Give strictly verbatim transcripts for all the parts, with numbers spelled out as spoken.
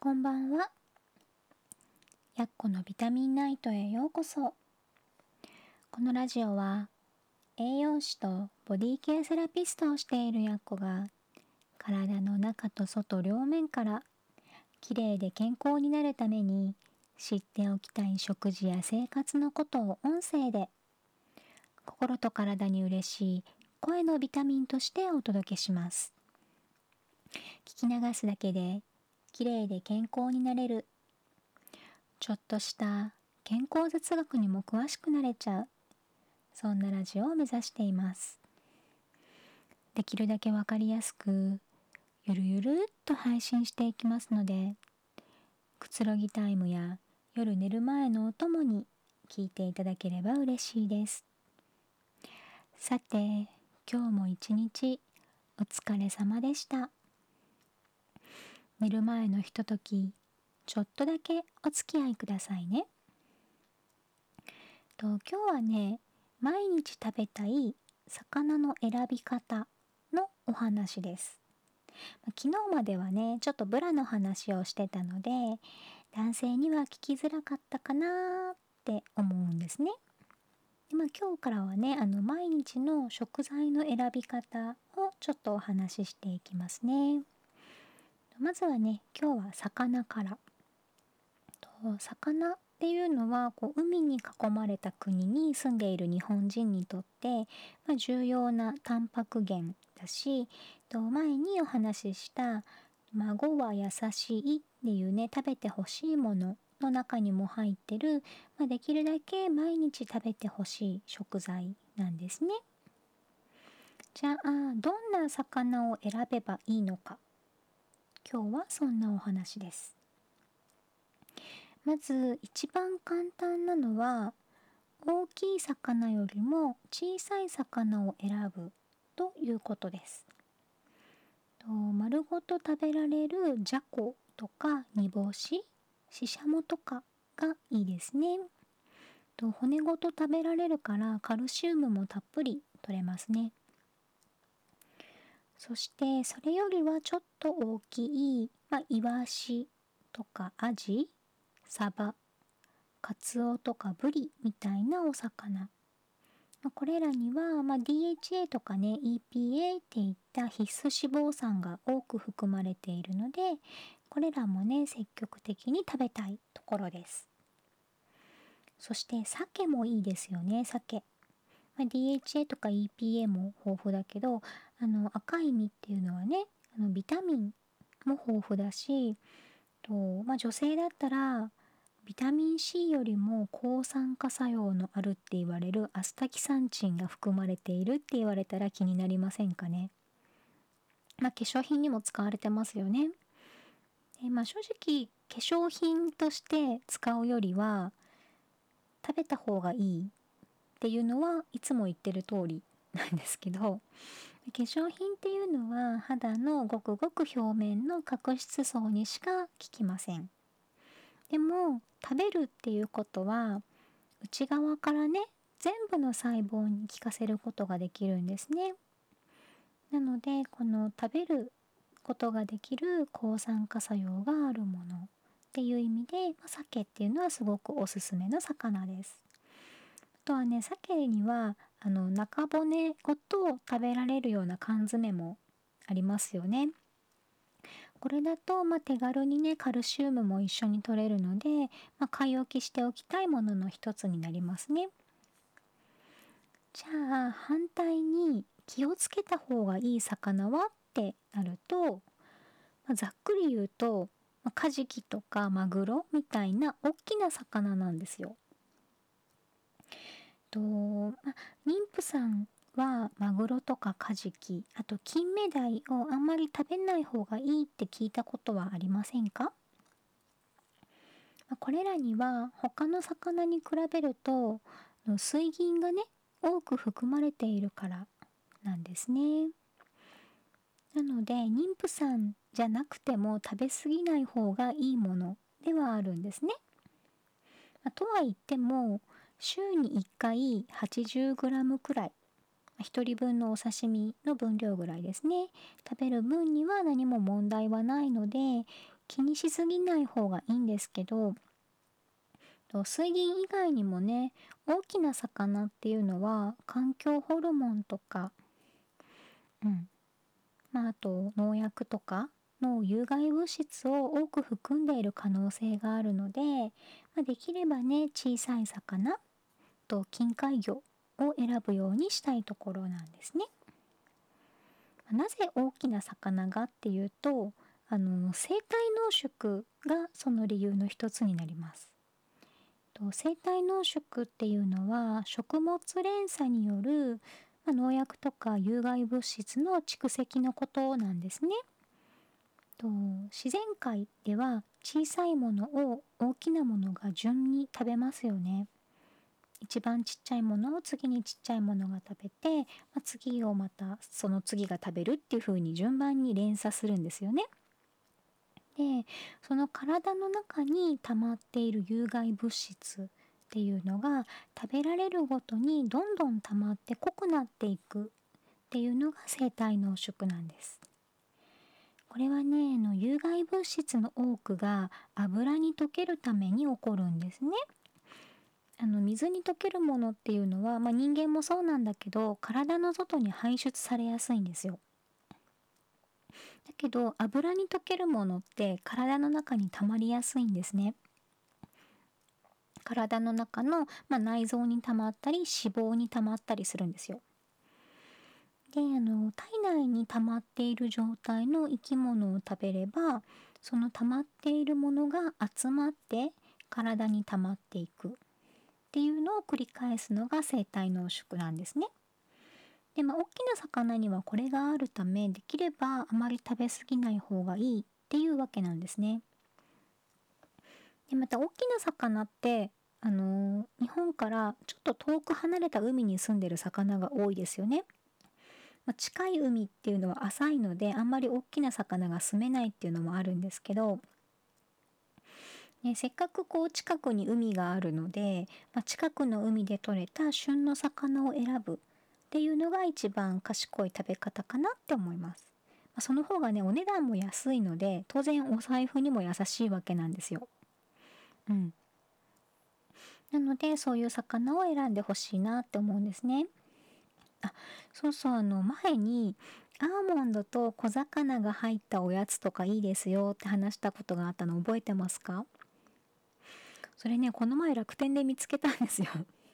こんばんは。やっこのビタミンナイトへようこそ。このラジオは栄養士とボディケアセラピストをしているやっこが体の中と外両面からきれいで健康になるために知っておきたい食事や生活のことを音声で心と体に嬉しい声のビタミンとしてお届けします。聞き流すだけできれいで健康になれる、ちょっとした健康雑学にも詳しくなれちゃう、そんなラジオを目指しています。できるだけわかりやすくゆるゆるっと配信していきますので、くつろぎタイムや夜寝る前のお供に聞いていただければ嬉しいです。さて、今日も一日お疲れ様でした。寝る前のひととき、ちょっとだけお付き合いくださいね。と今日はね、毎日食べたい魚の選び方のお話です。昨日まではね、ちょっとブラの話をしてたので、男性には聞きづらかったかなーって思うんですね。で、まあ、今日からはね、あの毎日の食材の選び方をちょっとお話ししていきますね。まずはね、今日は魚から。と魚っていうのはこう海に囲まれた国に住んでいる日本人にとって、まあ、重要なタンパク源だし、と前にお話しした孫は優しいっていうね、食べてほしいものの中にも入ってる、まあ、できるだけ毎日食べてほしい食材なんですね。じゃあどんな魚を選べばいいのか、今日はそんなお話です。まず一番簡単なのは、大きい魚よりも小さい魚を選ぶということです。と丸ごと食べられるじゃことか煮干し、ししゃもとかがいいですね。と骨ごと食べられるからカルシウムもたっぷり取れますね。そしてそれよりはちょっと大きい、まあ、イワシとかアジ、サバ、カツオとかブリみたいなお魚、これらには、まあ、ディーエイチエー とかね イーピーエー っていった必須脂肪酸が多く含まれているので、これらもね積極的に食べたいところです。そして鮭もいいですよね。鮭、まあ、ディーエイチエー とか イーピーエー も豊富だけど、あの赤い身っていうのはね、あのビタミンも豊富だし、と、まあ、女性だったらビタミン C よりも抗酸化作用のあるって言われるアスタキサンチンが含まれているって言われたら気になりませんかね。まあ、化粧品にも使われてますよね。で、まあ、正直化粧品として使うよりは食べた方がいいっていうのはいつも言ってる通りなんですけど、化粧品っていうのは肌のごくごく表面の角質層にしか効きません。でも食べるっていうことは内側からね、全部の細胞に効かせることができるんですね。なのでこの食べることができる抗酸化作用があるものっていう意味で、まあ、鮭っていうのはすごくおすすめの魚です。あとはね、鮭にはあの中骨ごと食べられるような缶詰もありますよね。これだと、まあ、手軽にねカルシウムも一緒に取れるので、まあ、買い置きしておきたいものの一つになりますね。じゃあ反対に気をつけた方がいい魚はってなると、まあ、ざっくり言うと、まあ、カジキとかマグロみたいな大きな魚なんですよ。と、まあ、妊婦さんはマグロとかカジキ、あと金目鯛をあんまり食べない方がいいって聞いたことはありませんか？まあこれらには他の魚に比べると水銀がね多く含まれているからなんですね。なので妊婦さんじゃなくても食べ過ぎない方がいいものではあるんですね。まあとは言っても週にいっかい はちじゅうグラム くらい、ひとりぶんのお刺身の分量ぐらいですね、食べる分には何も問題はないので、 気にしすぎない方がいいんですけど、と水銀以外にもね、大きな魚っていうのは環境ホルモンとか、うん、まあ、あと農薬とかの有害物質を多く含んでいる可能性があるので、まあ、できればね、小さい魚と近海魚を選ぶようにしたいところなんですね。なぜ大きな魚がっていうと、あの生体濃縮がその理由の一つになります。と生体濃縮っていうのは食物連鎖による、まあ、農薬とか有害物質の蓄積のことなんですね。と自然界では小さいものを大きなものが順に食べますよね。一番ちっちゃいものを次にちっちゃいものが食べて、まあ、次をまたその次が食べるっていう風に順番に連鎖するんですよね。で、その体の中に溜まっている有害物質っていうのが食べられるごとにどんどん溜まって濃くなっていくっていうのが生体濃縮なんです。これはね、あの有害物質の多くが油に溶けるために起こるんですね。あの水に溶けるものっていうのは、まあ、人間もそうなんだけど体の外に排出されやすいんですよ。だけど油に溶けるものって体の中に溜まりやすいんですね。体の中の、まあ、内臓に溜まったり脂肪に溜まったりするんですよ。で、あの体内に溜まっている状態の生き物を食べれば、その溜まっているものが集まって体に溜まっていくっていうのを繰り返すのが生体濃縮なんですね。で、まあ、大きな魚にはこれがあるため、できればあまり食べ過ぎない方がいいっていうわけなんですね。で、また大きな魚って、あのー日本からちょっと遠く離れた海に住んでる魚が多いですよね。まあ、近い海っていうのは浅いので、あんまり大きな魚が住めないっていうのもあるんですけど、ね、せっかくこう近くに海があるので、まあ、近くの海で採れた旬の魚を選ぶっていうのが一番賢い食べ方かなって思います。まあ、その方がね、お値段も安いので、当然お財布にも優しいわけなんですよ。うん。なので、そういう魚を選んでほしいなって思うんですね。あ、そうそう、あの、前に、アーモンドと小魚が入ったおやつとかいいですよって話したことがあったの覚えてますか？それね、この前楽天で見つけたんですよ。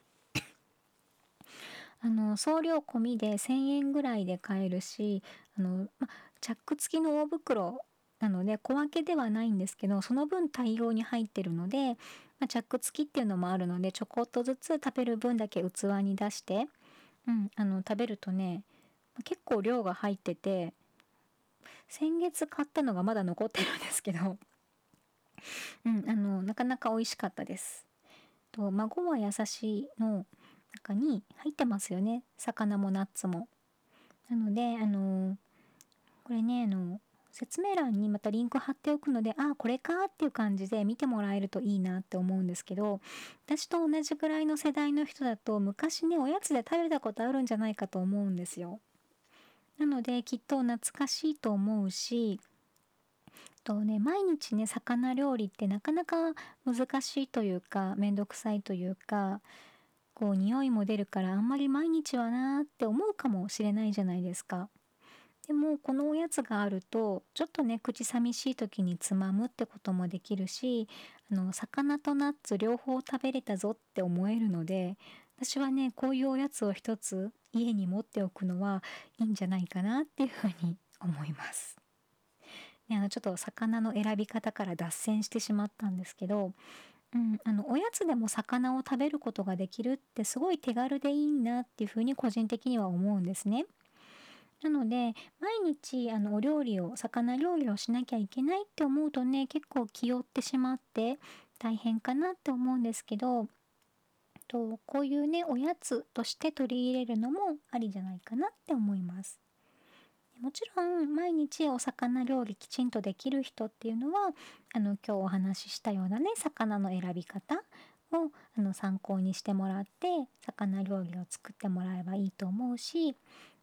あの、送料込みでせんえんぐらいで買えるし、あの、ま、チャック付きの大袋なので、小分けではないんですけど、その分大量に入ってるので、ま、チャック付きっていうのもあるので、ちょこっとずつ食べる分だけ器に出して、うん、あの、食べるとね、結構量が入ってて、先月買ったのがまだ残ってるんですけど、うん、あの、なかなか美味しかったです。と、孫は優しいの中に入ってますよね。魚もナッツも。なので、あの、これね、あの、説明欄にまたリンク貼っておくので、ああ、これかっていう感じで見てもらえるといいなって思うんですけど、私と同じぐらいの世代の人だと、昔ね、おやつで食べたことあるんじゃないかと思うんですよ。なので、きっと懐かしいと思うし、とね、毎日ね、魚料理ってなかなか難しいというか、めんどくさいというか、こう匂いも出るからあんまり毎日はなーって思うかもしれないじゃないですか。でもこのおやつがあるとちょっとね、口寂しい時につまむってこともできるし、あの魚とナッツ両方食べれたぞって思えるので、私はね、こういうおやつを一つ家に持っておくのはいいんじゃないかなっていうふうに思います。ね、あのちょっと魚の選び方から脱線してしまったんですけど、うん、あのおやつでも魚を食べることができるってすごい手軽でいいなっていうふうに個人的には思うんですね。なので毎日あのお料理を魚料理をしなきゃいけないって思うとね、結構気負ってしまって大変かなって思うんですけど、とこういうね、おやつとして取り入れるのもありじゃないかなって思います。もちろん毎日お魚料理きちんとできる人っていうのは、あの今日お話ししたようなね、魚の選び方をあの参考にしてもらって魚料理を作ってもらえばいいと思うし、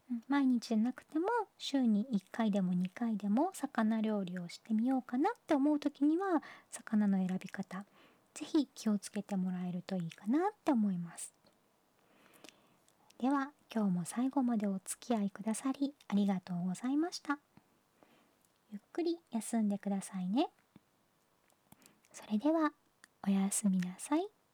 うん毎日じゃなくても週にいっかいでもにかいでも魚料理をしてみようかなって思う時には魚の選び方ぜひ気をつけてもらえるといいかなって思います。では今日も最後までお付き合いくださりありがとうございました。ゆっくり休んでくださいね。それではおやすみなさい。